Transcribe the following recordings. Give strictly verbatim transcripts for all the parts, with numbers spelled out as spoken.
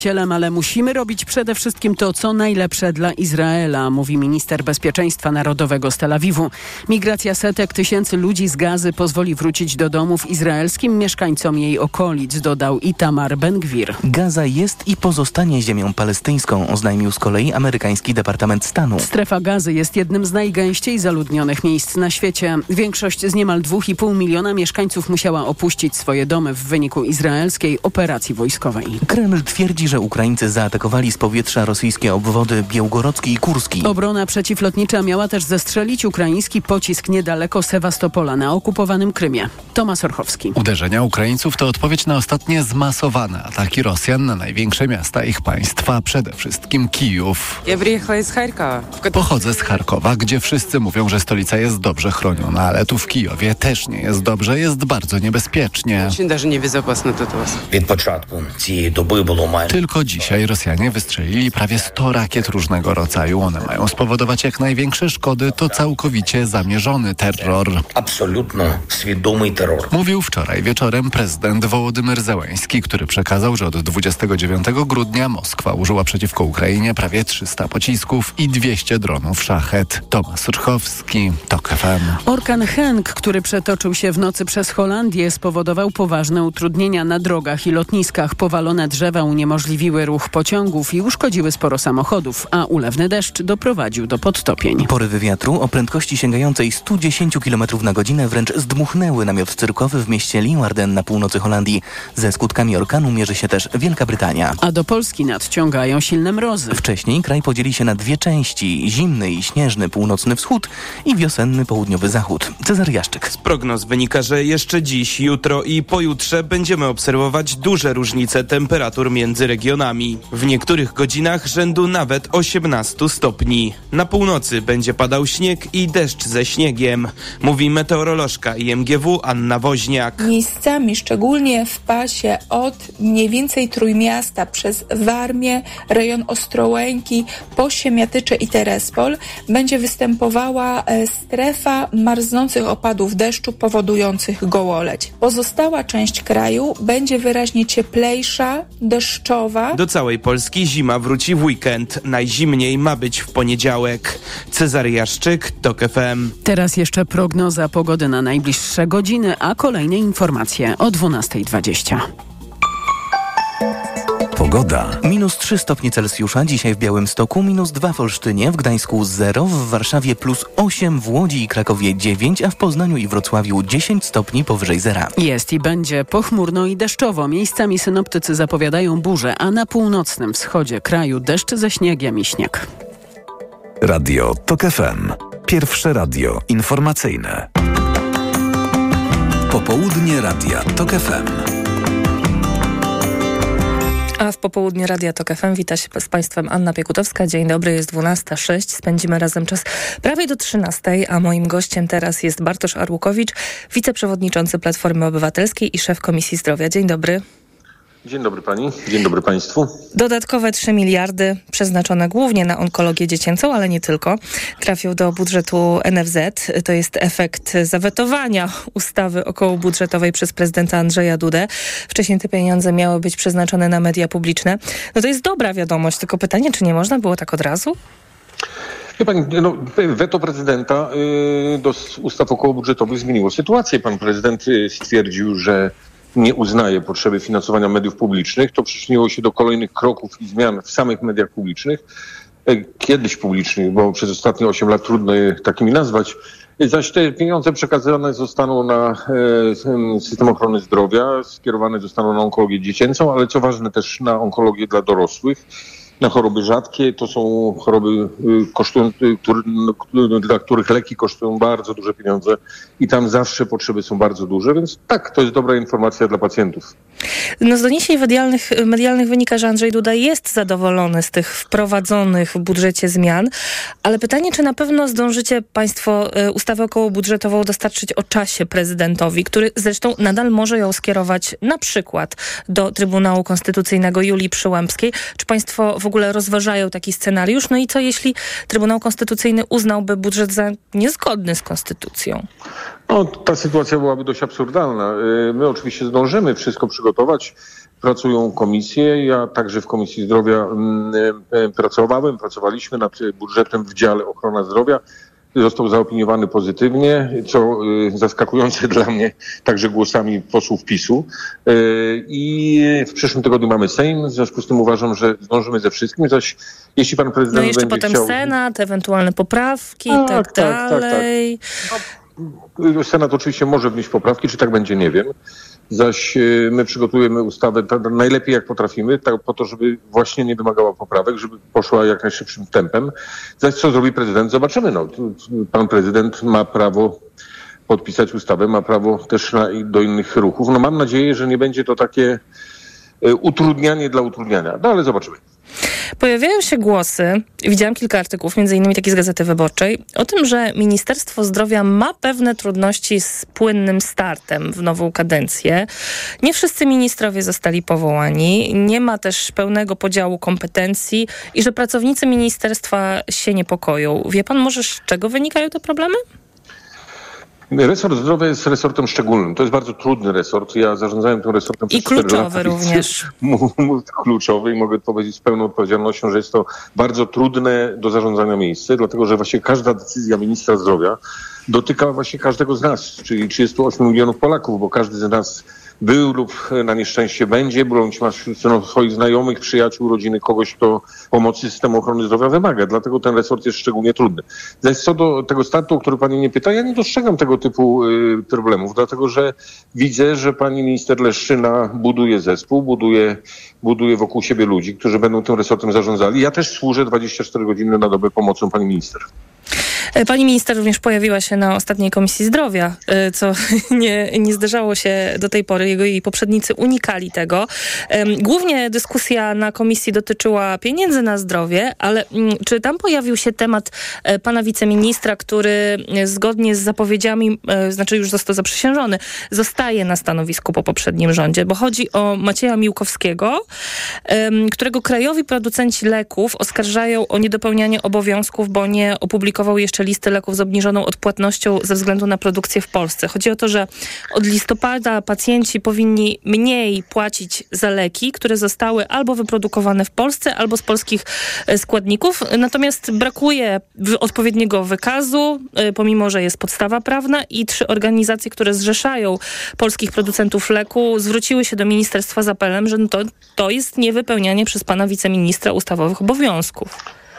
Ale musimy robić przede wszystkim to, co najlepsze dla Izraela, mówi minister bezpieczeństwa narodowego z Tel Awiwu. Migracja setek tysięcy ludzi z Gazy pozwoli wrócić do domów izraelskim mieszkańcom jej okolic, dodał Itamar Ben-Gwir. Gaza jest i pozostanie ziemią palestyńską, oznajmił z kolei amerykański Departament Stanu. Strefa Gazy jest jednym z najgęściej zaludnionych miejsc na świecie. Większość z niemal dwa i pół miliona mieszkańców musiała opuścić swoje domy w wyniku izraelskiej operacji wojskowej. Kreml twierdzi, że Ukraińcy zaatakowali z powietrza rosyjskie obwody białgorodzki i kurski. Obrona przeciwlotnicza miała też zestrzelić ukraiński pocisk niedaleko Sewastopola na okupowanym Krymie. Tomasz Orchowski. Uderzenia Ukraińców to odpowiedź na ostatnie zmasowane ataki Rosjan na największe miasta ich państwa, przede wszystkim Kijów. Pochodzę z Charkowa, gdzie wszyscy mówią, że stolica jest dobrze chroniona, ale tu w Kijowie też nie jest dobrze, jest bardzo niebezpiecznie. Tylko dzisiaj Rosjanie wystrzelili prawie sto rakiet różnego rodzaju. One mają spowodować jak największe szkody. To całkowicie zamierzony terror. Absolutnie świadomy terror. Mówił wczoraj wieczorem prezydent Wołodymyr Zełenski, który przekazał, że od dwudziestego dziewiątego grudnia Moskwa użyła przeciwko Ukrainie prawie trzysta pocisków i dwieście dronów Szachet. Tomasz Urchowski, TOK F M. Orkan Henk, który przetoczył się w nocy przez Holandię, spowodował poważne utrudnienia na drogach i lotniskach. Powalone drzewa uniemożliwiły ruch pociągów i uszkodziły sporo samochodów, a ulewny deszcz doprowadził do podtopień. Porywy wiatru o prędkości sięgającej stu dziesięciu kilometrów na godzinę wręcz zdmuchnęły namiot cyrkowy w mieście Leeuwarden na północy Holandii. Ze skutkami orkanu mierzy się też Wielka Brytania. A do Polski nadciągają silne mrozy. Wcześniej kraj podzieli się na dwie części. Zimny i śnieżny północny wschód i wiosenny południowy zachód. Cezary Jaszczyk. Z prognoz wynika, że jeszcze dziś, jutro i pojutrze będziemy obserwować duże różnice temperatur między regionami. W niektórych godzinach rzędu nawet osiemnastu stopni. Na północy będzie padał śnieg i deszcz ze śniegiem, mówi meteorolożka I M G W Anna Woźniak. Miejscami, szczególnie w pasie od mniej więcej Trójmiasta przez Warmię, rejon Ostrołęki, po Siemiatycze i Terespol będzie występowała strefa marznących opadów deszczu powodujących gołoleć. Pozostała część kraju będzie wyraźnie cieplejsza, deszczowa. Do całej Polski zima wróci w weekend. Najzimniej ma być w poniedziałek. Cezary Jaszczyk, TOK F M. Teraz jeszcze prognoza pogody na najbliższe godziny, a kolejne informacje o dwunastej dwadzieścia. Pogoda. Minus trzy stopnie Celsjusza dzisiaj w Białymstoku, minus dwa w Olsztynie, w Gdańsku zero, w Warszawie plus osiem, w Łodzi i Krakowie dziewięć, a w Poznaniu i Wrocławiu dziesięć stopni powyżej zera. Jest i będzie pochmurno i deszczowo. Miejscami synoptycy zapowiadają burze, a na północnym wschodzie kraju deszcz ze śniegiem i śnieg. Radio TOK F M. Pierwsze radio informacyjne. Popołudnie Radia TOK F M. A w popołudnie Radia TOK F M wita się z Państwem Anna Piekutowska. Dzień dobry, jest dwunasta sześć. Spędzimy razem czas prawie do trzynastej, a moim gościem teraz jest Bartosz Arłukowicz, wiceprzewodniczący Platformy Obywatelskiej i szef Komisji Zdrowia. Dzień dobry. Dzień dobry pani, dzień dobry państwu. Dodatkowe trzy miliardy przeznaczone głównie na onkologię dziecięcą, ale nie tylko, trafią do budżetu N F Z. To jest efekt zawetowania ustawy okołobudżetowej przez prezydenta Andrzeja Dudę. Wcześniej te pieniądze miały być przeznaczone na media publiczne. No to jest dobra wiadomość, tylko pytanie, czy nie można było tak od razu? Wie pani, no, weto prezydenta yy, do ustaw okołobudżetowych zmieniło sytuację. Pan prezydent yy, stwierdził, że nie uznaje potrzeby finansowania mediów publicznych. To przyczyniło się do kolejnych kroków i zmian w samych mediach publicznych. Kiedyś publicznych, bo przez ostatnie osiem lat trudno je takimi nazwać. Zaś te pieniądze przekazane zostaną na e, system ochrony zdrowia, skierowane zostaną na onkologię dziecięcą, ale co ważne też na onkologię dla dorosłych. Na choroby rzadkie, to są choroby, kosztują, który, dla których leki kosztują bardzo duże pieniądze i tam zawsze potrzeby są bardzo duże, więc tak, to jest dobra informacja dla pacjentów. No z doniesień medialnych, medialnych wynika, że Andrzej Duda jest zadowolony z tych wprowadzonych w budżecie zmian, ale pytanie, czy na pewno zdążycie państwo ustawę okołobudżetową dostarczyć o czasie prezydentowi, który zresztą nadal może ją skierować na przykład do Trybunału Konstytucyjnego Julii Przyłębskiej. Czy państwo w ogóle rozważają taki scenariusz? No i co jeśli Trybunał Konstytucyjny uznałby budżet za niezgodny z konstytucją? No, ta sytuacja byłaby dość absurdalna. My oczywiście zdążymy wszystko przygotować. pracują komisje. Ja także w Komisji Zdrowia pracowałem, pracowaliśmy nad budżetem w dziale ochrona zdrowia. Został zaopiniowany pozytywnie, co y, zaskakujące dla mnie, także głosami posłów PiSu. Y, I w przyszłym tygodniu mamy Sejm, w związku z tym uważam, że zdążymy ze wszystkim, zaś jeśli pan prezydent no jeszcze będzie potem chciał... Senat, ewentualne poprawki i tak, tak, tak dalej. Tak, tak. No, Senat oczywiście może wnieść poprawki, czy tak będzie, nie wiem. Zaś y, my przygotujemy ustawę ta, najlepiej jak potrafimy, tak, po to, żeby właśnie nie wymagała poprawek, żeby poszła jak najszybszym tempem. Zaś co zrobi prezydent, zobaczymy. No, pan prezydent ma prawo podpisać ustawę, ma prawo też na, do innych ruchów. No mam nadzieję, że nie będzie to takie y, utrudnianie dla utrudniania, no ale zobaczymy. Pojawiają się głosy, widziałam kilka artykułów, między innymi taki z Gazety Wyborczej, o tym, że Ministerstwo Zdrowia ma pewne trudności z płynnym startem w nową kadencję. Nie wszyscy ministrowie zostali powołani, nie ma też pełnego podziału kompetencji i że pracownicy ministerstwa się niepokoją. Wie pan może, z czego wynikają te problemy? Resort zdrowia jest resortem szczególnym. To jest bardzo trudny resort. Ja zarządzałem tym resortem I przez kluczowy również. Kluczowy i mogę powiedzieć z pełną odpowiedzialnością, że jest to bardzo trudne do zarządzania miejsce, dlatego że właśnie każda decyzja ministra zdrowia dotyka właśnie każdego z nas, czyli trzydziestu ośmiu milionów Polaków, bo każdy z nas był lub na nieszczęście będzie, bądź ma wśród swoich znajomych, przyjaciół, rodziny kogoś, kto pomocy systemu ochrony zdrowia wymaga. Dlatego ten resort jest szczególnie trudny. Zaś co do tego startu, o który pani mnie pyta, ja nie dostrzegam tego typu y, problemów, dlatego że widzę, że pani minister Leszczyna buduje zespół, buduje, buduje wokół siebie ludzi, którzy będą tym resortem zarządzali. Ja też służę dwadzieścia cztery godziny na dobę pomocą pani minister. Pani minister również pojawiła się na ostatniej Komisji Zdrowia, co nie, nie zdarzało się do tej pory. Jego jej poprzednicy unikali tego. Głównie dyskusja na komisji dotyczyła pieniędzy na zdrowie, ale czy tam pojawił się temat pana wiceministra, który zgodnie z zapowiedziami, znaczy już został zaprzysiężony, zostaje na stanowisku po poprzednim rządzie, bo chodzi o Macieja Miłkowskiego, którego krajowi producenci leków oskarżają o niedopełnianie obowiązków, bo nie opublikował jeszcze listy leków z obniżoną odpłatnością ze względu na produkcję w Polsce. Chodzi o to, że od listopada pacjenci powinni mniej płacić za leki, które zostały albo wyprodukowane w Polsce, albo z polskich składników. Natomiast brakuje odpowiedniego wykazu, pomimo że jest podstawa prawna i trzy organizacje, które zrzeszają polskich producentów leku, zwróciły się do ministerstwa z apelem, że to, to jest niewypełnianie przez pana wiceministra ustawowych obowiązków.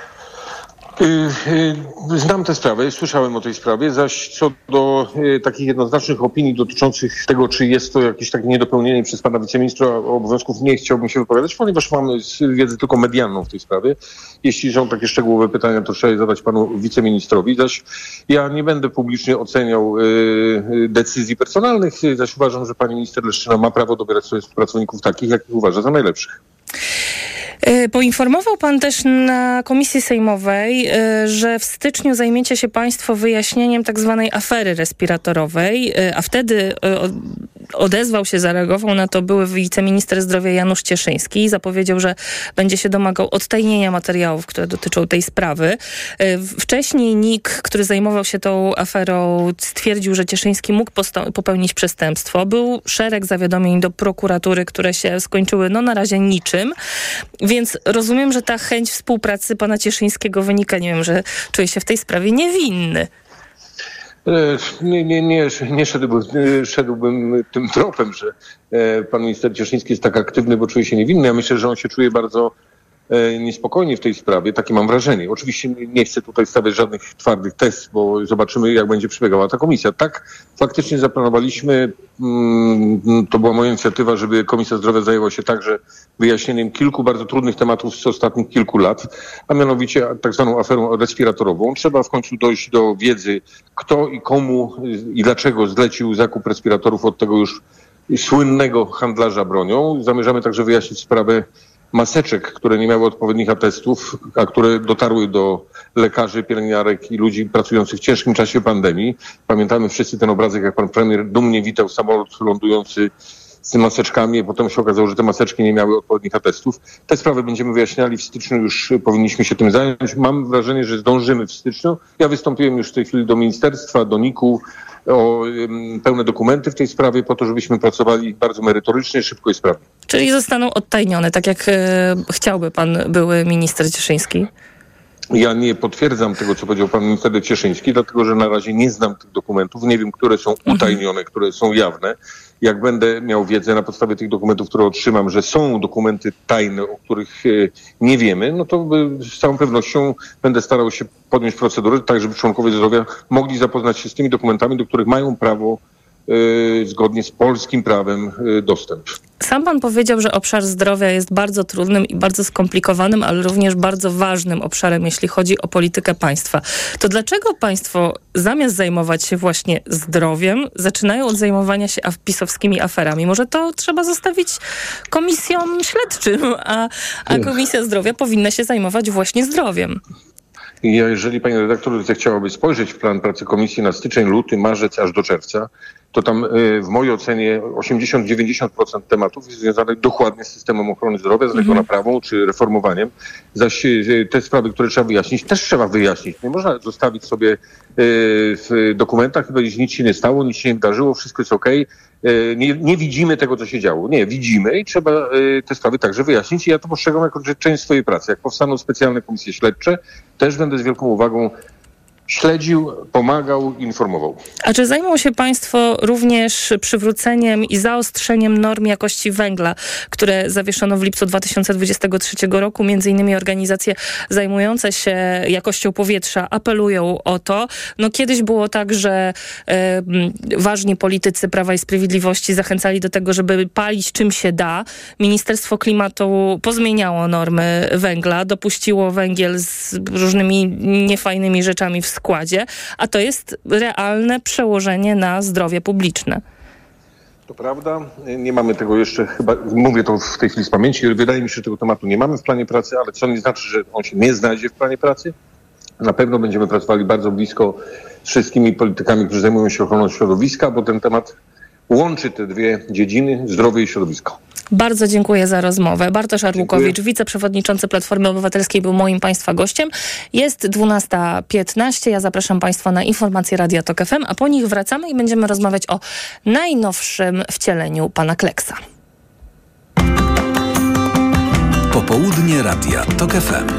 Znam tę sprawę, słyszałem o tej sprawie, zaś co do y, takich jednoznacznych opinii dotyczących tego, czy jest to jakieś takie niedopełnienie przez pana wiceministra obowiązków, nie chciałbym się wypowiadać, ponieważ mam wiedzę tylko medialną w tej sprawie. Jeśli są takie szczegółowe pytania, to trzeba je zadać panu wiceministrowi, zaś ja nie będę publicznie oceniał y, decyzji personalnych, zaś uważam, że pani minister Leszczyna ma prawo dobierać sobie pracowników takich, jakich uważa za najlepszych. Poinformował pan też na Komisji Sejmowej, że w styczniu zajmiecie się państwo wyjaśnieniem tak zwanej afery respiratorowej, a wtedy odezwał się, zareagował na to były wiceminister zdrowia Janusz Cieszyński i zapowiedział, że będzie się domagał odtajnienia materiałów, które dotyczą tej sprawy. Wcześniej N I K, który zajmował się tą aferą, stwierdził, że Cieszyński mógł posta- popełnić przestępstwo. Był szereg zawiadomień do prokuratury, które się skończyły no na razie niczym. Więc rozumiem, że ta chęć współpracy pana Cieszyńskiego wynika, nie wiem, że czuje się w tej sprawie niewinny. Nie, nie, nie, nie szedłbym, szedłbym tym tropem, że pan minister Cieszyński jest tak aktywny, bo czuje się niewinny. Ja myślę, że on się czuje bardzo niespokojnie w tej sprawie. Takie mam wrażenie. Oczywiście nie chcę tutaj stawiać żadnych twardych tez, bo zobaczymy, jak będzie przebiegała ta komisja. Tak, faktycznie zaplanowaliśmy, to była moja inicjatywa, żeby Komisja Zdrowia zajęła się także wyjaśnieniem kilku bardzo trudnych tematów z ostatnich kilku lat, a mianowicie tak zwaną aferą respiratorową. Trzeba w końcu dojść do wiedzy, kto i komu i dlaczego zlecił zakup respiratorów od tego już słynnego handlarza bronią. Zamierzamy także wyjaśnić sprawę maseczek, które nie miały odpowiednich atestów, a które dotarły do lekarzy, pielęgniarek i ludzi pracujących w ciężkim czasie pandemii. Pamiętamy wszyscy ten obrazek, jak pan premier dumnie witał samolot lądujący z maseczkami, potem się okazało, że te maseczki nie miały odpowiednich atestów. Te sprawy będziemy wyjaśniali w styczniu, już powinniśmy się tym zająć. Mam wrażenie, że zdążymy w styczniu. Ja wystąpiłem już w tej chwili do ministerstwa, do niku o um, pełne dokumenty w tej sprawie po to, żebyśmy pracowali bardzo merytorycznie, szybko i sprawnie. Czyli zostaną odtajnione, tak jak e, chciałby pan były minister Cieszyński? Ja nie potwierdzam tego, co powiedział pan minister Cieszyński, dlatego że na razie nie znam tych dokumentów. Nie wiem, które są utajnione, które są jawne. Jak będę miał wiedzę na podstawie tych dokumentów, które otrzymam, że są dokumenty tajne, o których nie wiemy, no to z całą pewnością będę starał się podjąć procedurę, tak żeby członkowie zdrowia mogli zapoznać się z tymi dokumentami, do których mają prawo Yy, zgodnie z polskim prawem yy, dostęp. Sam pan powiedział, że obszar zdrowia jest bardzo trudnym i bardzo skomplikowanym, ale również bardzo ważnym obszarem, jeśli chodzi o politykę państwa. To dlaczego państwo zamiast zajmować się właśnie zdrowiem, zaczynają od zajmowania się af- pisowskimi aferami? Może to trzeba zostawić komisjom śledczym, a, a Komisja Zdrowia powinna się zajmować właśnie zdrowiem. Ja, jeżeli pani redaktor zechciałaby spojrzeć w plan pracy komisji na styczeń, luty, marzec aż do czerwca, to tam w mojej ocenie osiemdziesiąt do dziewięćdziesięciu procent tematów jest związanych dokładnie z systemem ochrony zdrowia, z jego naprawą czy reformowaniem. Zaś te sprawy, które trzeba wyjaśnić, też trzeba wyjaśnić. Nie można zostawić sobie w dokumentach i powiedzieć, nic się nie stało, nic się nie wydarzyło, wszystko jest okej. Nie, nie widzimy tego, co się działo. Nie, widzimy i trzeba te sprawy także wyjaśnić. I ja to postrzegam jako część swojej pracy. Jak powstaną specjalne komisje śledcze, też będę z wielką uwagą śledził, pomagał, informował. A czy zajmą się państwo również przywróceniem i zaostrzeniem norm jakości węgla, które zawieszono w lipcu dwa tysiące dwudziestego trzeciego roku? Między innymi organizacje zajmujące się jakością powietrza apelują o to. No kiedyś było tak, że e, ważni politycy Prawa i Sprawiedliwości zachęcali do tego, żeby palić czym się da. Ministerstwo Klimatu pozmieniało normy węgla, dopuściło węgiel z różnymi niefajnymi rzeczami w składzie, a to jest realne przełożenie na zdrowie publiczne. To prawda, nie mamy tego jeszcze, chyba mówię to w tej chwili z pamięci, wydaje mi się, że tego tematu nie mamy w planie pracy, ale co nie znaczy, że on się nie znajdzie w planie pracy. Na pewno będziemy pracowali bardzo blisko z wszystkimi politykami, którzy zajmują się ochroną środowiska, bo ten temat łączy te dwie dziedziny, zdrowie i środowisko. Bardzo dziękuję za rozmowę. Bartosz Arłukowicz, wiceprzewodniczący Platformy Obywatelskiej, był moim państwa gościem. Jest dwunasta piętnaście. Ja zapraszam państwa na informacje Radia Tok F M, a po nich wracamy i będziemy rozmawiać o najnowszym wcieleniu pana Kleksa. Popołudnie Radia Tok F M.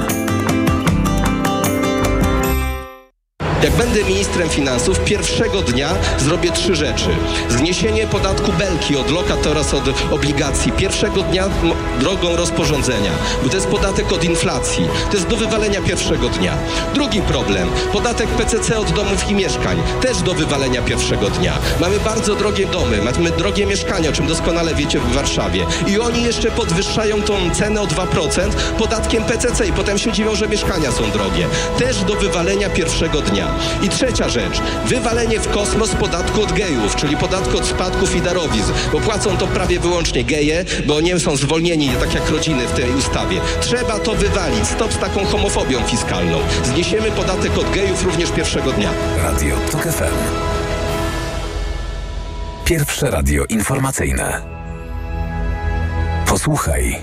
Jak będę ministrem finansów, pierwszego dnia zrobię trzy rzeczy. Zniesienie podatku Belki od lokat oraz od obligacji. Pierwszego dnia drogą rozporządzenia, bo to jest podatek od inflacji. To jest do wywalenia pierwszego dnia. Drugi problem. Podatek P C C od domów i mieszkań. Też do wywalenia pierwszego dnia. Mamy bardzo drogie domy, mamy drogie mieszkania, o czym doskonale wiecie w Warszawie. I oni jeszcze podwyższają tą cenę o dwa procent podatkiem P C C i potem się dziwią, że mieszkania są drogie. Też do wywalenia pierwszego dnia. I trzecia rzecz, wywalenie w kosmos podatku od gejów, czyli podatku od spadków i darowizn, bo płacą to prawie wyłącznie geje, bo nie są zwolnieni, tak jak rodziny w tej ustawie. Trzeba to wywalić, stop z taką homofobią fiskalną. Zniesiemy podatek od gejów również pierwszego dnia. Radio Tok F M. Pierwsze radio informacyjne. Posłuchaj,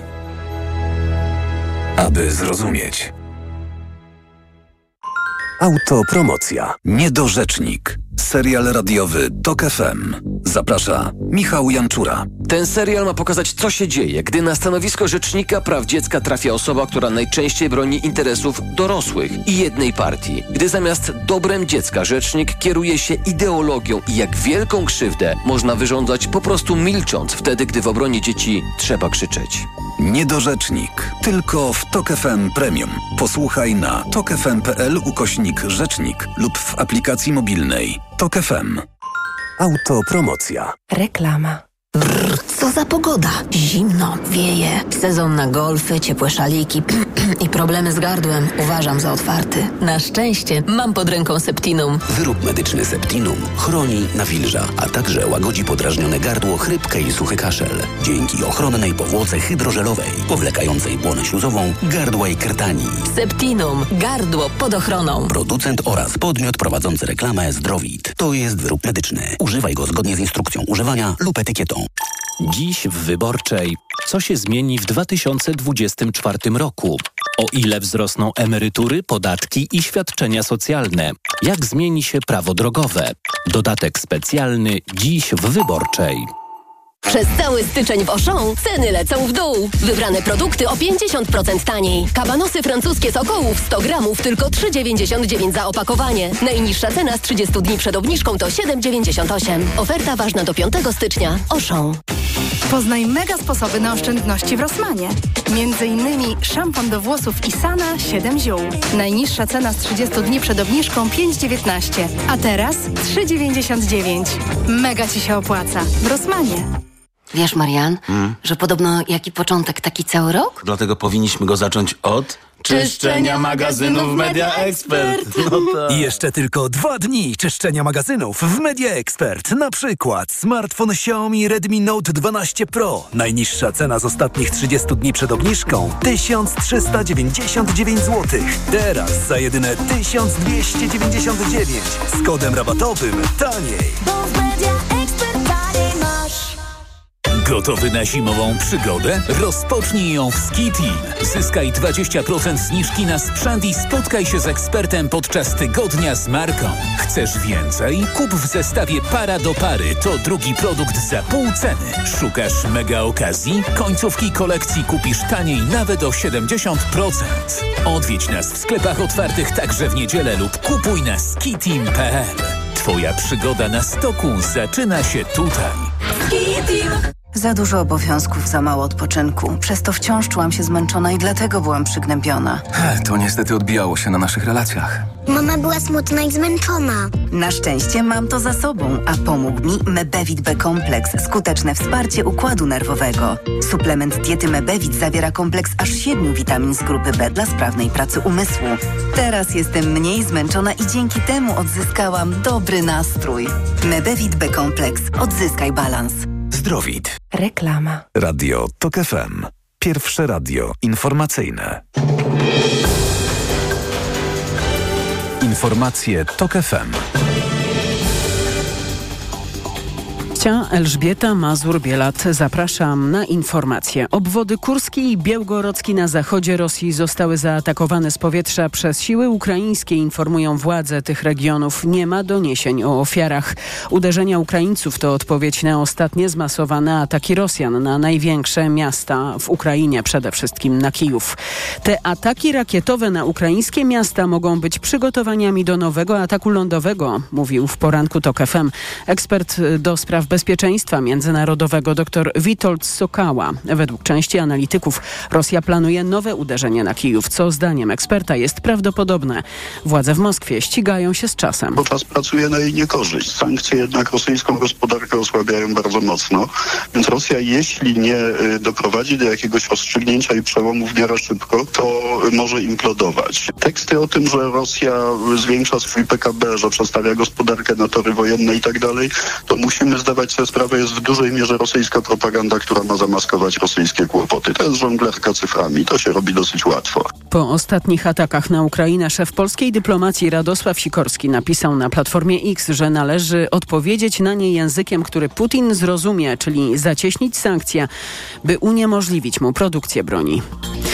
aby zrozumieć. Autopromocja. Niedorzecznik. Serial radiowy Tok F M. Zaprasza Michał Janczura. Ten serial ma pokazać, co się dzieje, gdy na stanowisko rzecznika praw dziecka trafia osoba, która najczęściej broni interesów dorosłych i jednej partii. Gdy zamiast dobrem dziecka rzecznik kieruje się ideologią i jak wielką krzywdę można wyrządzać po prostu milcząc wtedy, gdy w obronie dzieci trzeba krzyczeć. Niedorzecznik. Tylko w Tok F M Premium. Posłuchaj na tokfm.pl ukośnik rzecznik lub w aplikacji mobilnej Tok F M. Autopromocja. Reklama. Brrr, co za pogoda. Zimno, wieje, sezon na golfy, ciepłe szaliki i problemy z gardłem uważam za otwarty. Na szczęście mam pod ręką Septinum. Wyrób medyczny Septinum chroni, nawilża, a także łagodzi podrażnione gardło, chrypkę i suchy kaszel. Dzięki ochronnej powłoce hydrożelowej, powlekającej błonę śluzową, gardła i krtani. Septinum. Gardło pod ochroną. Producent oraz podmiot prowadzący reklamę Zdrowit. To jest wyrób medyczny. Używaj go zgodnie z instrukcją używania lub etykietą. Dziś w Wyborczej. Co się zmieni w dwa tysiące dwudziestym czwartym roku? O ile wzrosną emerytury, podatki i świadczenia socjalne? Jak zmieni się prawo drogowe? Dodatek specjalny dziś w Wyborczej. Przez cały styczeń w Auchan ceny lecą w dół. Wybrane produkty o pięćdziesiąt procent taniej. Kabanosy francuskie z Okołów sto gramów tylko trzy dziewięćdziesiąt dziewięć za opakowanie. Najniższa cena z trzydziestu dni przed obniżką to siedem dziewięćdziesiąt osiem. Oferta ważna do piątego stycznia. Auchan. Poznaj mega sposoby na oszczędności w Rossmanie. Między innymi szampon do włosów Isana siedem ziół. Najniższa cena z trzydziestu dni przed obniżką pięć dziewiętnaście, a teraz trzy dziewięćdziesiąt dziewięć. Mega Ci się opłaca. W Rossmanie. Wiesz, Marian, hmm? że podobno jaki początek, taki cały rok? Dlatego powinniśmy go zacząć od... czyszczenia magazynów Media Expert. No tak. I jeszcze tylko dwa dni czyszczenia magazynów w Media Expert. Na przykład smartfon Xiaomi Redmi Note dwanaście Pro. Najniższa cena z ostatnich trzydziestu dni przed obniżką tysiąc trzysta dziewięćdziesiąt dziewięć złotych. Teraz za jedyne tysiąc dwieście dziewięćdziesiąt dziewięć. Z kodem rabatowym taniej. Bo w Media Expert taniej masz. Gotowy na zimową przygodę? Rozpocznij ją w Ski Team. Zyskaj dwadzieścia procent zniżki na sprzęt i spotkaj się z ekspertem podczas tygodnia z marką. Chcesz więcej? Kup w zestawie para do pary. To drugi produkt za pół ceny. Szukasz mega okazji? Końcówki kolekcji kupisz taniej nawet o siedemdziesiąt procent. Odwiedź nas w sklepach otwartych także w niedzielę lub kupuj na skiteam kropka p l. Twoja przygoda na stoku zaczyna się tutaj. Ski-Team. Za dużo obowiązków, za mało odpoczynku. Przez to wciąż czułam się zmęczona i dlatego byłam przygnębiona. To niestety odbijało się na naszych relacjach. Mama była smutna i zmęczona. Na szczęście mam to za sobą, a pomógł mi Mebevit B-Kompleks. Skuteczne wsparcie układu nerwowego. Suplement diety Mebevit zawiera kompleks aż siedmiu witamin z grupy B dla sprawnej pracy umysłu. Teraz jestem mniej zmęczona i dzięki temu odzyskałam dobry nastrój. Mebevit B-Kompleks. Odzyskaj balans. Zdrowit. Reklama. Radio Tok F M. Pierwsze radio informacyjne. Informacje Tok F M. Elżbieta Mazur-Bielat. Zapraszam na informacje. Obwody Kurski i Białgorodzki na zachodzie Rosji zostały zaatakowane z powietrza przez siły ukraińskie, informują władze tych regionów. Nie ma doniesień o ofiarach. Uderzenia Ukraińców to odpowiedź na ostatnie zmasowane ataki Rosjan na największe miasta w Ukrainie, przede wszystkim na Kijów. Te ataki rakietowe na ukraińskie miasta mogą być przygotowaniami do nowego ataku lądowego, mówił w poranku Tok F M ekspert do spraw bezpieczeństwa międzynarodowego dr Witold Sokała. Według części analityków Rosja planuje nowe uderzenie na Kijów, co zdaniem eksperta jest prawdopodobne. Władze w Moskwie ścigają się z czasem. Bo czas pracuje na jej niekorzyść. Sankcje jednak rosyjską gospodarkę osłabiają bardzo mocno, więc Rosja, jeśli nie doprowadzi do jakiegoś rozstrzygnięcia i przełomu w miarę szybko, to może implodować. Teksty o tym, że Rosja zwiększa swój P K B, że przestawia gospodarkę na tory wojenne i tak dalej, to musimy zdawać sobie sprawę, jest w dużej mierze rosyjska propaganda, która ma zamaskować rosyjskie kłopoty. To jest żonglerka cyframi. To się robi dosyć łatwo. Po ostatnich atakach na Ukrainę szef polskiej dyplomacji Radosław Sikorski napisał na Platformie X, że należy odpowiedzieć na nie językiem, który Putin zrozumie, czyli zacieśnić sankcje, by uniemożliwić mu produkcję broni.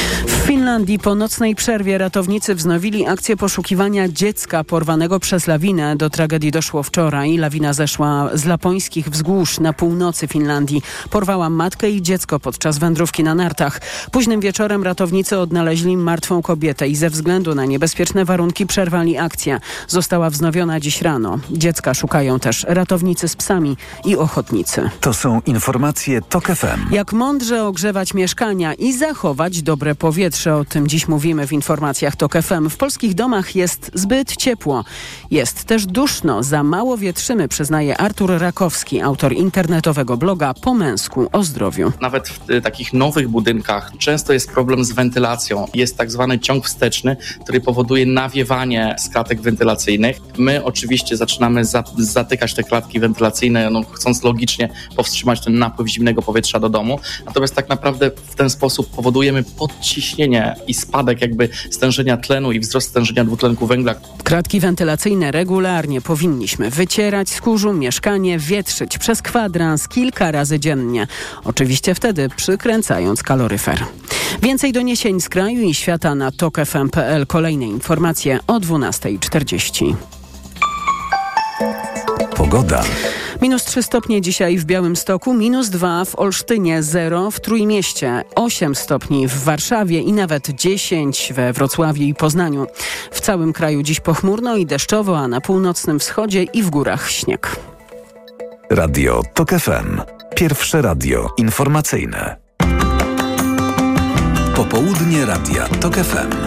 W Finlandii po nocnej przerwie ratownicy wznowili akcję poszukiwania dziecka porwanego przez lawinę. Do tragedii doszło wczoraj. Lawina zeszła z lapońskich wzgórz na północy Finlandii. Porwała matkę i dziecko podczas wędrówki na nartach. Późnym wieczorem ratownicy odnaleźli martwą kobietę i ze względu na niebezpieczne warunki przerwali akcję. Została wznowiona dziś rano. Dziecka szukają też ratownicy z psami i ochotnicy. To są informacje Tok F M. Jak mądrze ogrzewać mieszkania i zachować dobre powietrze. O tym dziś mówimy w informacjach Tok F M. W polskich domach jest zbyt ciepło. Jest też duszno. Za mało wietrzymy, przyznaje Artur Rakowski, autor internetowego bloga Po męsku o zdrowiu. Nawet w y, takich nowych budynkach często jest problem z wentylacją. Jest tak zwany ciąg wsteczny, który powoduje nawiewanie z klatek wentylacyjnych. My oczywiście zaczynamy za, zatykać te klatki wentylacyjne, no, chcąc logicznie powstrzymać ten napływ zimnego powietrza do domu. Natomiast tak naprawdę w ten sposób powodujemy podciśnięcie nadciśnienie i spadek jakby stężenia tlenu i wzrost stężenia dwutlenku węgla. Kratki wentylacyjne regularnie powinniśmy wycierać z kurzu, mieszkanie wietrzyć przez kwadrans kilka razy dziennie. Oczywiście wtedy przykręcając kaloryfer. Więcej doniesień z kraju i świata na tok f m kropka p l. Kolejne informacje o dwunasta czterdzieści. Pogoda. Minus trzy stopnie dzisiaj w Białymstoku, minus dwa w Olsztynie, zero w Trójmieście, osiem stopni w Warszawie i nawet dziesięć we Wrocławiu i Poznaniu. W całym kraju dziś pochmurno i deszczowo, a na północnym wschodzie i w górach śnieg. Radio TOK F M. Pierwsze radio informacyjne. Popołudnie Radia TOK F M.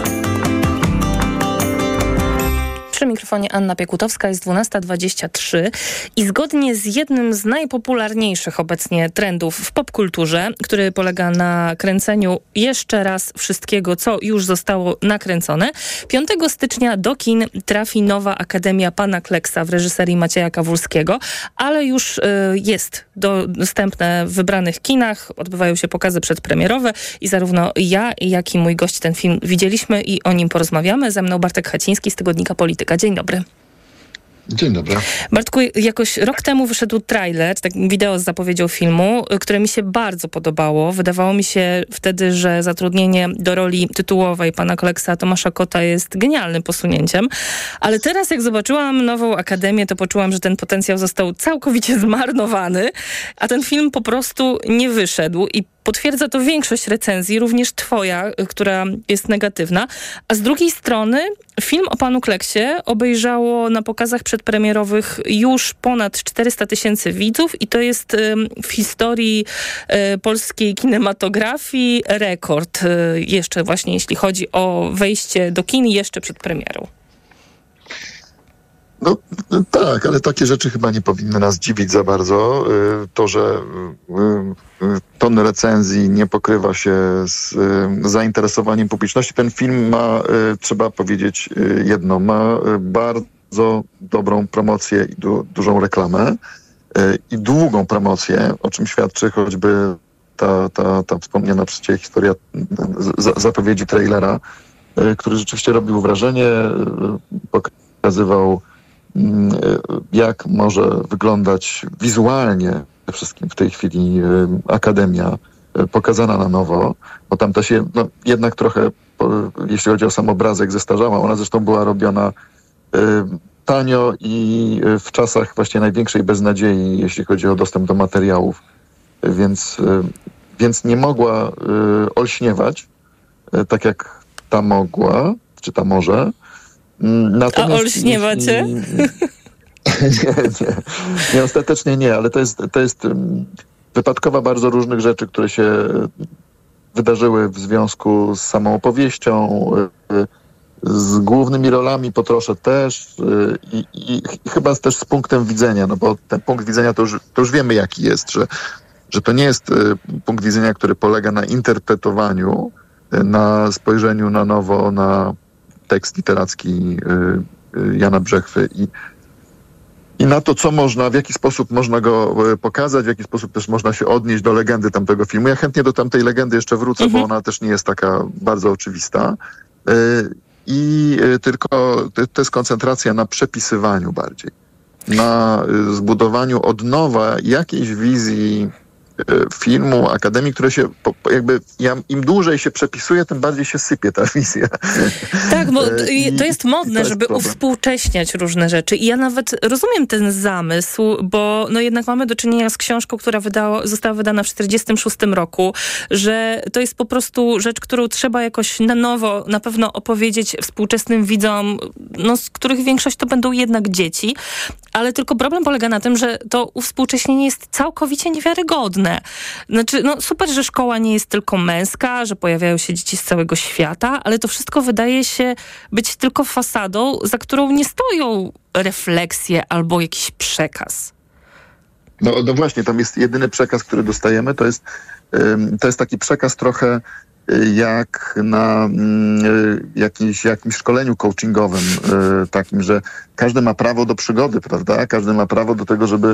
Przy mikrofonie Anna Piekutowska, jest dwunasta dwadzieścia trzy i zgodnie z jednym z najpopularniejszych obecnie trendów w popkulturze, który polega na kręceniu jeszcze raz wszystkiego, co już zostało nakręcone, piątego stycznia do kin trafi nowa Akademia Pana Kleksa w reżyserii Macieja Kawulskiego, ale już y, jest dostępne w wybranych kinach, odbywają się pokazy przedpremierowe i zarówno ja, jak i mój gość ten film widzieliśmy i o nim porozmawiamy. Ze mną Bartek Haciński z tygodnika Polityka. Dzień dobry. Dzień dobry. Bartku, jakoś rok temu wyszedł trailer, tak wideo z zapowiedzią filmu, które mi się bardzo podobało. Wydawało mi się wtedy, że zatrudnienie do roli tytułowej pana Kleksa Tomasza Kota jest genialnym posunięciem. Ale teraz jak zobaczyłam nową Akademię, to poczułam, że ten potencjał został całkowicie zmarnowany, a ten film po prostu nie wyszedł i potwierdza to większość recenzji, również twoja, która jest negatywna. A z drugiej strony film o panu Kleksie obejrzało na pokazach przedpremierowych już ponad czterysta tysięcy widzów i to jest y, w historii y, polskiej kinematografii rekord. Y, jeszcze właśnie jeśli chodzi o wejście do kin jeszcze przed premierą. No tak, ale takie rzeczy chyba nie powinny nas dziwić za bardzo. To, że ton recenzji nie pokrywa się z zainteresowaniem publiczności. Ten film ma, trzeba powiedzieć jedno, ma bardzo dobrą promocję i du- dużą reklamę i długą promocję, o czym świadczy choćby ta, ta, ta wspomniana przez ciebie historia z- zapowiedzi trailera, który rzeczywiście robił wrażenie, pokazywał jak może wyglądać wizualnie przede wszystkim w tej chwili Akademia pokazana na nowo, bo tam to się no, jednak trochę, jeśli chodzi o sam obrazek, zestarzała. Ona zresztą była robiona y, tanio i w czasach właśnie największej beznadziei, jeśli chodzi o dostęp do materiałów, więc, y, więc nie mogła y, olśniewać, y, tak jak ta mogła, czy ta może. Natomiast, A olśniewa cię? Nie, nie, nie, ostatecznie nie, ale to jest, to jest wypadkowa bardzo różnych rzeczy, które się wydarzyły w związku z samą opowieścią, z głównymi rolami po trosze też i, i, i chyba też z punktem widzenia, no bo ten punkt widzenia to już, to już wiemy jaki jest, że, że to nie jest punkt widzenia, który polega na interpretowaniu, na spojrzeniu na nowo na tekst literacki Jana Brzechwy i, i na to, co można, w jaki sposób można go pokazać, w jaki sposób też można się odnieść do legendy tamtego filmu. Ja chętnie do tamtej legendy jeszcze wrócę, mhm. bo ona też nie jest taka bardzo oczywista. I tylko to jest koncentracja na przepisywaniu bardziej. Na zbudowaniu od nowa jakiejś wizji filmu, akademii, które się jakby, im dłużej się przepisuje, tym bardziej się sypie ta wizja. Tak, bo to jest modne, to jest żeby problem. Uwspółcześniać różne rzeczy i ja nawet rozumiem ten zamysł, bo no jednak mamy do czynienia z książką, która wydało, została wydana w czterdziestym szóstym roku, że to jest po prostu rzecz, którą trzeba jakoś na nowo na pewno opowiedzieć współczesnym widzom, no, z których większość to będą jednak dzieci, ale tylko problem polega na tym, że to uwspółcześnienie jest całkowicie niewiarygodne. Znaczy, no super, że szkoła nie jest tylko męska, że pojawiają się dzieci z całego świata, ale to wszystko wydaje się być tylko fasadą, za którą nie stoją refleksje albo jakiś przekaz. No, no właśnie, tam jest jedyny przekaz, który dostajemy, to jest, to jest taki przekaz trochę jak na jakimś, jakimś szkoleniu coachingowym, takim, że każdy ma prawo do przygody, prawda? Każdy ma prawo do tego, żeby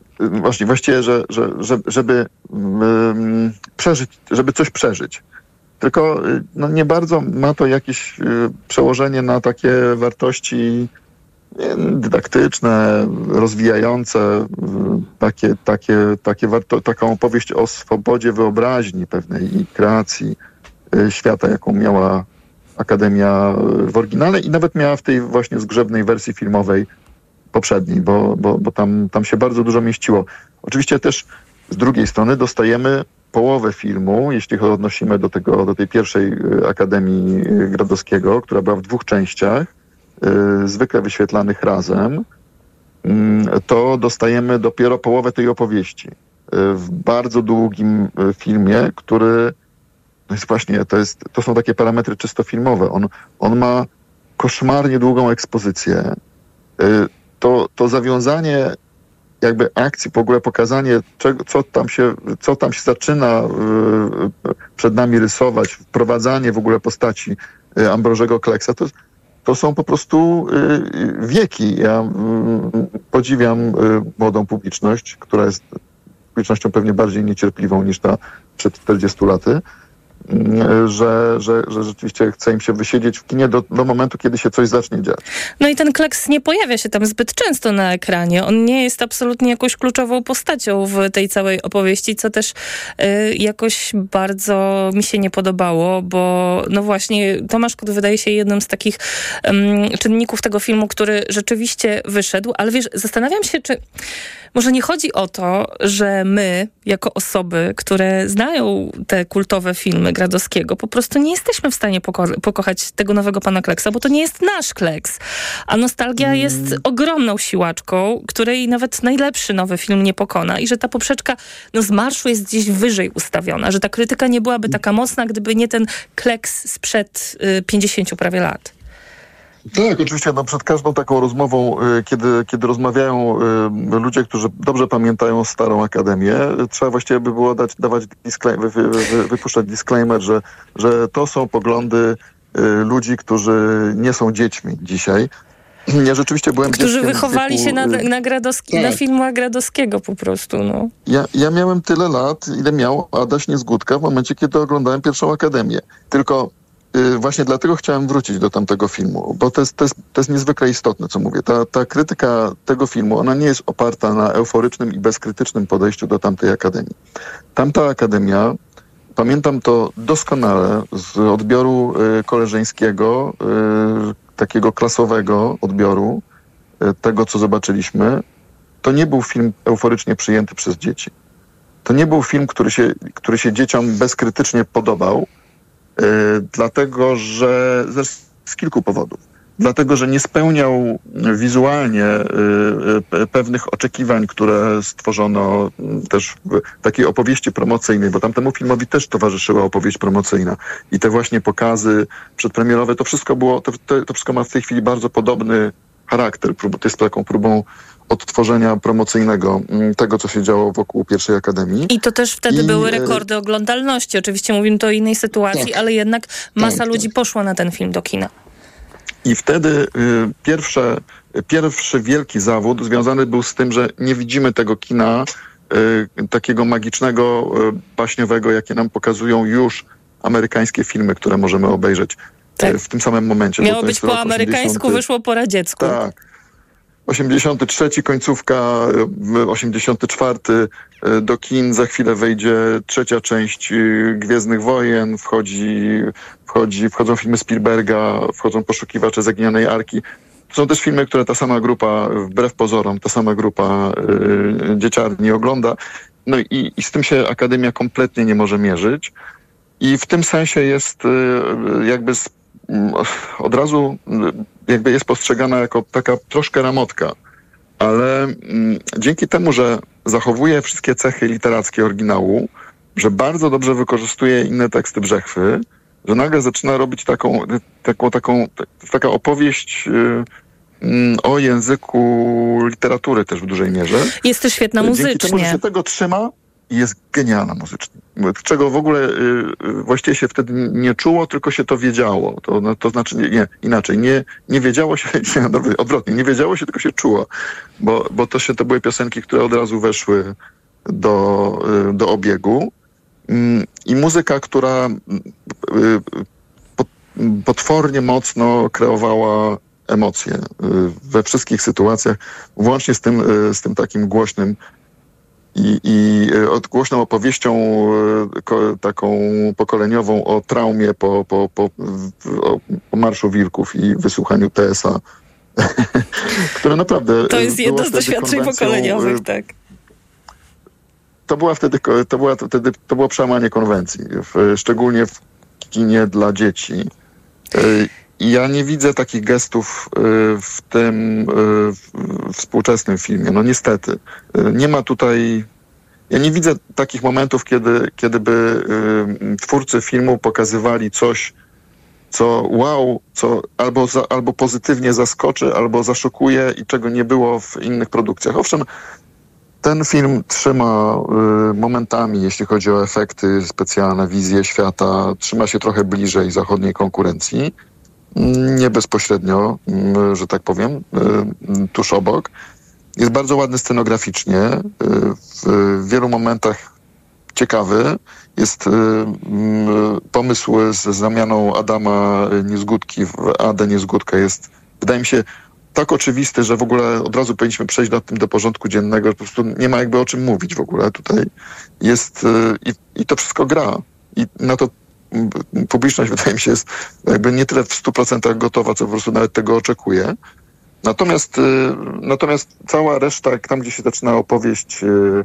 Właśnie, właściwie, że, że, że, żeby um, przeżyć, żeby coś przeżyć. tylko no, nie bardzo ma to jakieś przełożenie na takie wartości dydaktyczne, rozwijające, takie, takie, takie warto, taką opowieść o swobodzie wyobraźni pewnej i kreacji świata, jaką miała Akademia w oryginale i nawet miała w tej właśnie zgrzebnej wersji filmowej poprzedniej, bo, bo, bo tam, tam się bardzo dużo mieściło. Oczywiście też z drugiej strony dostajemy połowę filmu, jeśli odnosimy do, tego, do tej pierwszej Akademii Gradowskiego, która była w dwóch częściach, yy, zwykle wyświetlanych razem, yy, to dostajemy dopiero połowę tej opowieści. Yy, w bardzo długim filmie, który no jest właśnie, to, jest, to są takie parametry czysto filmowe. On, on ma koszmarnie długą ekspozycję. Yy, to, to zawiązanie jakby akcji, w ogóle pokazanie, czego, co, tam się, co tam się zaczyna yy, przed nami rysować, wprowadzanie w ogóle postaci yy, Ambrożego Kleksa, to, to są po prostu yy, wieki. Ja yy, podziwiam yy, młodą publiczność, która jest publicznością pewnie bardziej niecierpliwą niż ta przed czterdziestu laty, Że, że, że rzeczywiście chce im się wysiedzieć w kinie do, do momentu, kiedy się coś zacznie dziać. No i ten Kleks nie pojawia się tam zbyt często na ekranie. On nie jest absolutnie jakąś kluczową postacią w tej całej opowieści, co też y, jakoś bardzo mi się nie podobało, bo no właśnie Tomasz Kot wydaje się jednym z takich um, czynników tego filmu, który rzeczywiście wyszedł, ale wiesz, zastanawiam się, czy może nie chodzi o to, że my, jako osoby, które znają te kultowe filmy Gradowskiego, po prostu nie jesteśmy w stanie poko- pokochać tego nowego pana Kleksa, bo to nie jest nasz Kleks. A nostalgia mm. jest ogromną siłaczką, której nawet najlepszy nowy film nie pokona i że ta poprzeczka no, z marszu jest gdzieś wyżej ustawiona, że ta krytyka nie byłaby taka mocna, gdyby nie ten Kleks sprzed y, pięćdziesięciu prawie lat. Tak, oczywiście. No, przed każdą taką rozmową, kiedy, kiedy rozmawiają y, ludzie, którzy dobrze pamiętają starą Akademię, trzeba właściwie by było dać, dawać disclaimer, wy, wy, wypuszczać disclaimer, że, że to są poglądy y, ludzi, którzy nie są dziećmi dzisiaj. Ja rzeczywiście byłem Którzy dzieckiem wychowali wieku, się na, na, Gradowski, tak. na filmach Gradowskiego po prostu. No. Ja, ja miałem tyle lat, ile miał Adaś Niezgódka w momencie, kiedy oglądałem pierwszą Akademię. Tylko właśnie dlatego chciałem wrócić do tamtego filmu, bo to jest, to jest, to jest niezwykle istotne, co mówię. Ta, ta krytyka tego filmu, ona nie jest oparta na euforycznym i bezkrytycznym podejściu do tamtej Akademii. Tamta Akademia, pamiętam to doskonale z odbioru y, koleżeńskiego, y, takiego klasowego odbioru, y, tego, co zobaczyliśmy. To nie był film euforycznie przyjęty przez dzieci. To nie był film, który się, który się dzieciom bezkrytycznie podobał, dlatego, że z kilku powodów. Dlatego, że nie spełniał wizualnie pewnych oczekiwań, które stworzono też w takiej opowieści promocyjnej, bo tamtemu filmowi też towarzyszyła opowieść promocyjna. I te właśnie pokazy przedpremierowe, to wszystko było, to, to wszystko ma w tej chwili bardzo podobny charakter. To jest taką próbą odtworzenia promocyjnego tego, co się działo wokół pierwszej Akademii. I to też wtedy I, były rekordy oglądalności. Oczywiście mówimy to o innej sytuacji, tak, ale jednak masa tak, ludzi tak. poszła na ten film do kina. I wtedy y, pierwsze, pierwszy wielki zawód związany był z tym, że nie widzimy tego kina y, takiego magicznego, y, baśniowego, jakie nam pokazują już amerykańskie filmy, które możemy obejrzeć tak. y, w tym samym momencie. Miało być po amerykańsku, osiemdziesiąty wyszło po radziecku. Tak. osiemdziesiąty trzeci końcówka, osiemdziesiąty czwarty do kin za chwilę wejdzie trzecia część Gwiezdnych Wojen, wchodzi, wchodzi, wchodzą filmy Spielberga, wchodzą Poszukiwacze Zaginionej Arki. To są też filmy, które ta sama grupa, wbrew pozorom, ta sama grupa y, dzieciarni ogląda. No i, i z tym się Akademia kompletnie nie może mierzyć. I w tym sensie jest y, jakby z, y, od razu y, jakby jest postrzegana jako taka troszkę ramotka, ale mm, dzięki temu, że zachowuje wszystkie cechy literackie oryginału, że bardzo dobrze wykorzystuje inne teksty Brzechwy, że nagle zaczyna robić taką, taką, taką taka opowieść y, y, o języku literatury też w dużej mierze. Jest to świetna muzycznie. Dzięki temu, że się tego trzyma, jest genialna muzycznie. Czego w ogóle y, właściwie się wtedy nie czuło, tylko się to wiedziało. To, no, to znaczy, nie, nie, inaczej, nie, nie wiedziało się, nie, odwrotnie, nie wiedziało się, tylko się czuło. Bo, bo to, się, to były piosenki, które od razu weszły do, y, do obiegu. i muzyka, która potwornie mocno kreowała emocje we wszystkich sytuacjach, włącznie z tym, z tym takim głośnym i, i głośną opowieścią taką pokoleniową o traumie po, po, po, po Marszu Wilków i wysłuchaniu T S A, które naprawdę... To jest jedno z doświadczeń pokoleniowych, tak. To była wtedy, to była wtedy, to było przełamanie konwencji, w, szczególnie w kinie dla dzieci. I ja nie widzę takich gestów w tym współczesnym filmie. No niestety. Nie ma tutaj... Ja nie widzę takich momentów, kiedy, kiedy by twórcy filmu pokazywali coś, co wow, co albo, za, albo pozytywnie zaskoczy, albo zaszokuje i czego nie było w innych produkcjach. Owszem, ten film trzyma y, momentami, jeśli chodzi o efekty specjalne, wizję świata, trzyma się trochę bliżej zachodniej konkurencji. Nie bezpośrednio, y, że tak powiem, y, tuż obok. Jest bardzo ładny scenograficznie, y, w wielu momentach ciekawy. Jest y, y, pomysł z zamianą Adama Niezgódki w Adę Niezgódkę. Jest, wydaje mi się, tak oczywisty, że w ogóle od razu powinniśmy przejść do tym do porządku dziennego. Po prostu nie ma jakby o czym mówić w ogóle tutaj. Jest i, i to wszystko gra. I na to publiczność, wydaje mi się, jest jakby nie tyle w stu procentach gotowa, co po prostu nawet tego oczekuje. Natomiast, natomiast cała reszta, tam gdzie się zaczyna opowieść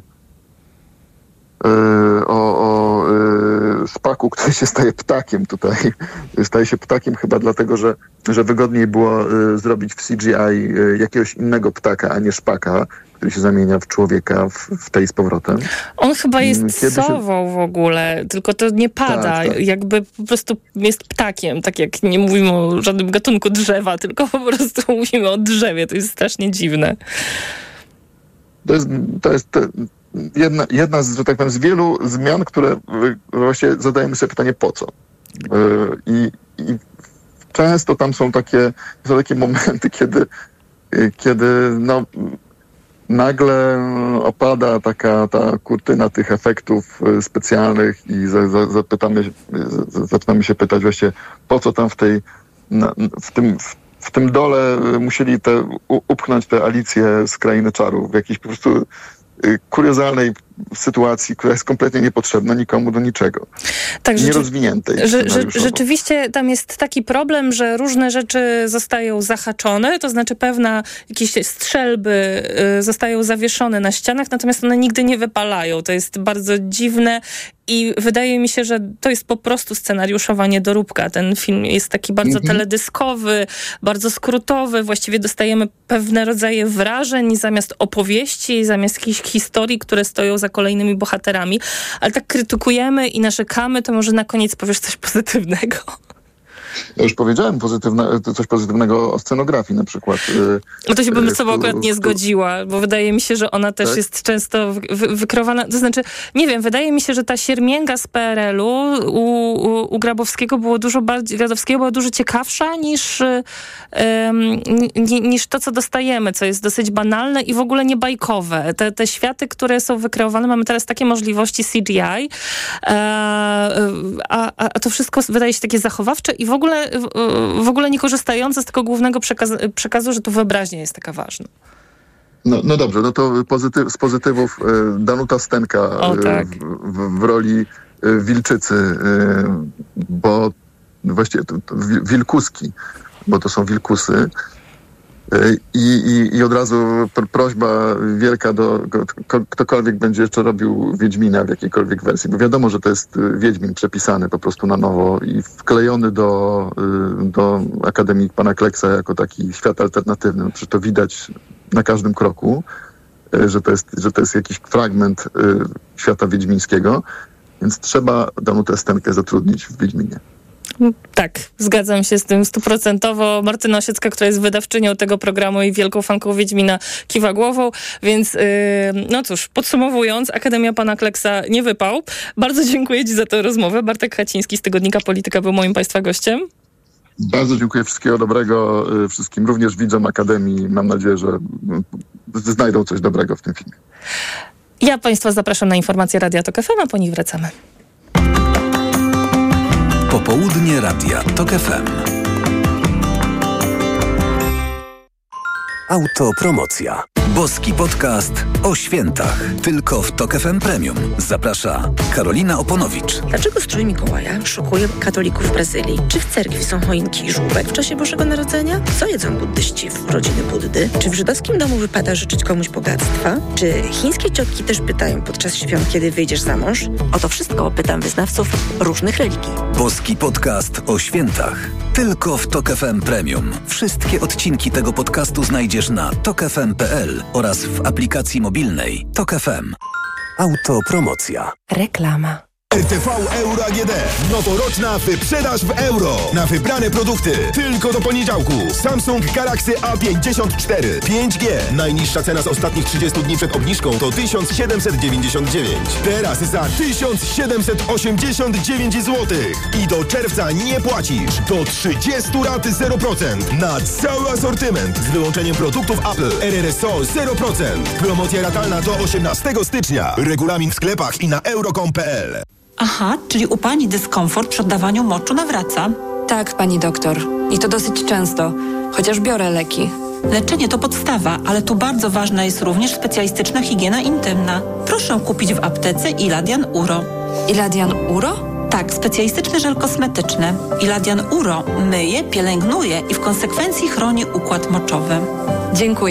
o, o Spaku, który się staje ptakiem tutaj. Staje się ptakiem chyba dlatego, że, że wygodniej było zrobić w C G I jakiegoś innego ptaka, a nie Szpaka, który się zamienia w człowieka w, w tej z powrotem. On chyba jest Kiedy sową się... w ogóle, tylko to nie pada. Tak, tak. Jakby po prostu jest ptakiem, tak jak nie mówimy o żadnym gatunku drzewa, tylko po prostu mówimy o drzewie. To jest strasznie dziwne. To jest... To jest to... Jedna, jedna z, że tak powiem, z wielu zmian, które właśnie zadajemy sobie pytanie po co. I, i często tam są takie, są takie momenty, kiedy, kiedy no, nagle opada taka ta kurtyna tych efektów specjalnych i za, za, zapytamy, zaczynamy się pytać właśnie, po co tam w tej, na, w tym, w, w tym dole musieli te, upchnąć tę Alicję z Krainy Czarów w jakiś po prostu kuriozalnej sytuacji, która jest kompletnie niepotrzebna nikomu do niczego. Tak, nierozwiniętej. Że, że, rzeczywiście tam jest taki problem, że różne rzeczy zostają zahaczone, to znaczy pewna jakieś strzelby y, zostają zawieszone na ścianach, natomiast one nigdy nie wypalają. To jest bardzo dziwne i wydaje mi się, że to jest po prostu scenariuszowa niedoróbka. Ten film jest taki bardzo mhm. teledyskowy, bardzo skrótowy. Właściwie dostajemy pewne rodzaje wrażeń zamiast opowieści, zamiast jakichś historii, które stoją za kolejnymi bohaterami. Ale tak krytykujemy i narzekamy, to może na koniec powiesz coś pozytywnego. Ja już powiedziałem pozytywne, coś pozytywnego o scenografii na przykład. No to się bym z tobą akurat nie zgodziła, bo wydaje mi się, że ona też tak? jest często wy- wykreowana. To znaczy, nie wiem, wydaje mi się, że ta siermięga z P R L-u u, u, u Grabowskiego było dużo bardziej, Grabowskiego była dużo ciekawsza niż, um, ni, niż to, co dostajemy, co jest dosyć banalne i w ogóle nie bajkowe. Te, te światy, które są wykreowane, mamy teraz takie możliwości C G I, a, a, a to wszystko wydaje się takie zachowawcze i w ogóle W ogóle, w ogóle nie korzystające z tego głównego przekazu, przekazu, że tu wyobraźnia jest taka ważna. No, no dobrze, no to pozytyw, z pozytywów Danuta Stenka o, tak. w, w roli wilczycy, bo właściwie to, to wilkuski, bo to są wilkusy. I, i, I od razu prośba wielka do ktokolwiek będzie jeszcze robił Wiedźmina w jakiejkolwiek wersji, bo wiadomo, że to jest Wiedźmin przepisany po prostu na nowo i wklejony do, do Akademii Pana Kleksa jako taki świat alternatywny. Przecież to widać na każdym kroku, że to jest, że to jest jakiś fragment świata wiedźmińskiego, więc trzeba Danutę Stenkę zatrudnić w Wiedźminie. Tak, zgadzam się z tym stuprocentowo. Martyna Osiecka, która jest wydawczynią tego programu i wielką fanką Wiedźmina, kiwa głową, więc yy, no cóż, podsumowując, Akademia Pana Kleksa nie wypał. Bardzo dziękuję ci za tę rozmowę. Bartek Haciński z Tygodnika Polityka był moim Państwa gościem. Bardzo dziękuję, wszystkiego dobrego wszystkim, również widzom Akademii. Mam nadzieję, że znajdą coś dobrego w tym filmie. Ja Państwa zapraszam na informacje Radia Tok F M, a po nich wracamy. Popołudnie Radia Tok F M. Autopromocja. Boski podcast o świętach. Tylko w Tok F M Premium. Zaprasza Karolina Oponowicz. Dlaczego strój Mikołaja szokuje katolików w Brazylii? Czy w cerkwi są choinki i żółbek w czasie Bożego Narodzenia? Co jedzą buddyści w rodziny Buddy? Czy w żydowskim domu wypada życzyć komuś bogactwa? Czy chińskie ciotki też pytają podczas świąt, kiedy wyjdziesz za mąż? O to wszystko pytam wyznawców różnych religii. Boski podcast o świętach. Tylko w Tok F M Premium. Wszystkie odcinki tego podcastu znajdziesz na tok f m kropka p l oraz w aplikacji mobilnej Tok F M. Autopromocja. Reklama. R T V Euro A G D. Noworoczna wyprzedaż w euro. Na wybrane produkty. Tylko do poniedziałku. Samsung Galaxy A pięćdziesiąt cztery pięć G. Najniższa cena z ostatnich trzydziestu dni przed obniżką to tysiąc siedemset dziewięćdziesiąt dziewięć. Teraz za tysiąc siedemset osiemdziesiąt dziewięć złotych. I do czerwca nie płacisz. Do trzydziestu rat zero procent. Na cały asortyment. Z wyłączeniem produktów Apple. R R S O zero procent. Promocja ratalna do osiemnastego stycznia. Regulamin w sklepach i na euro kropka com kropka p l. Aha, czyli u pani dyskomfort przy oddawaniu moczu nawraca? Tak, pani doktor. I to dosyć często, chociaż biorę leki. Leczenie to podstawa, ale tu bardzo ważna jest również specjalistyczna higiena intymna. Proszę kupić w aptece Iladian Uro. Iladian Uro? Tak, specjalistyczny żel kosmetyczny. Iladian Uro myje, pielęgnuje i w konsekwencji chroni układ moczowy. Dziękuję.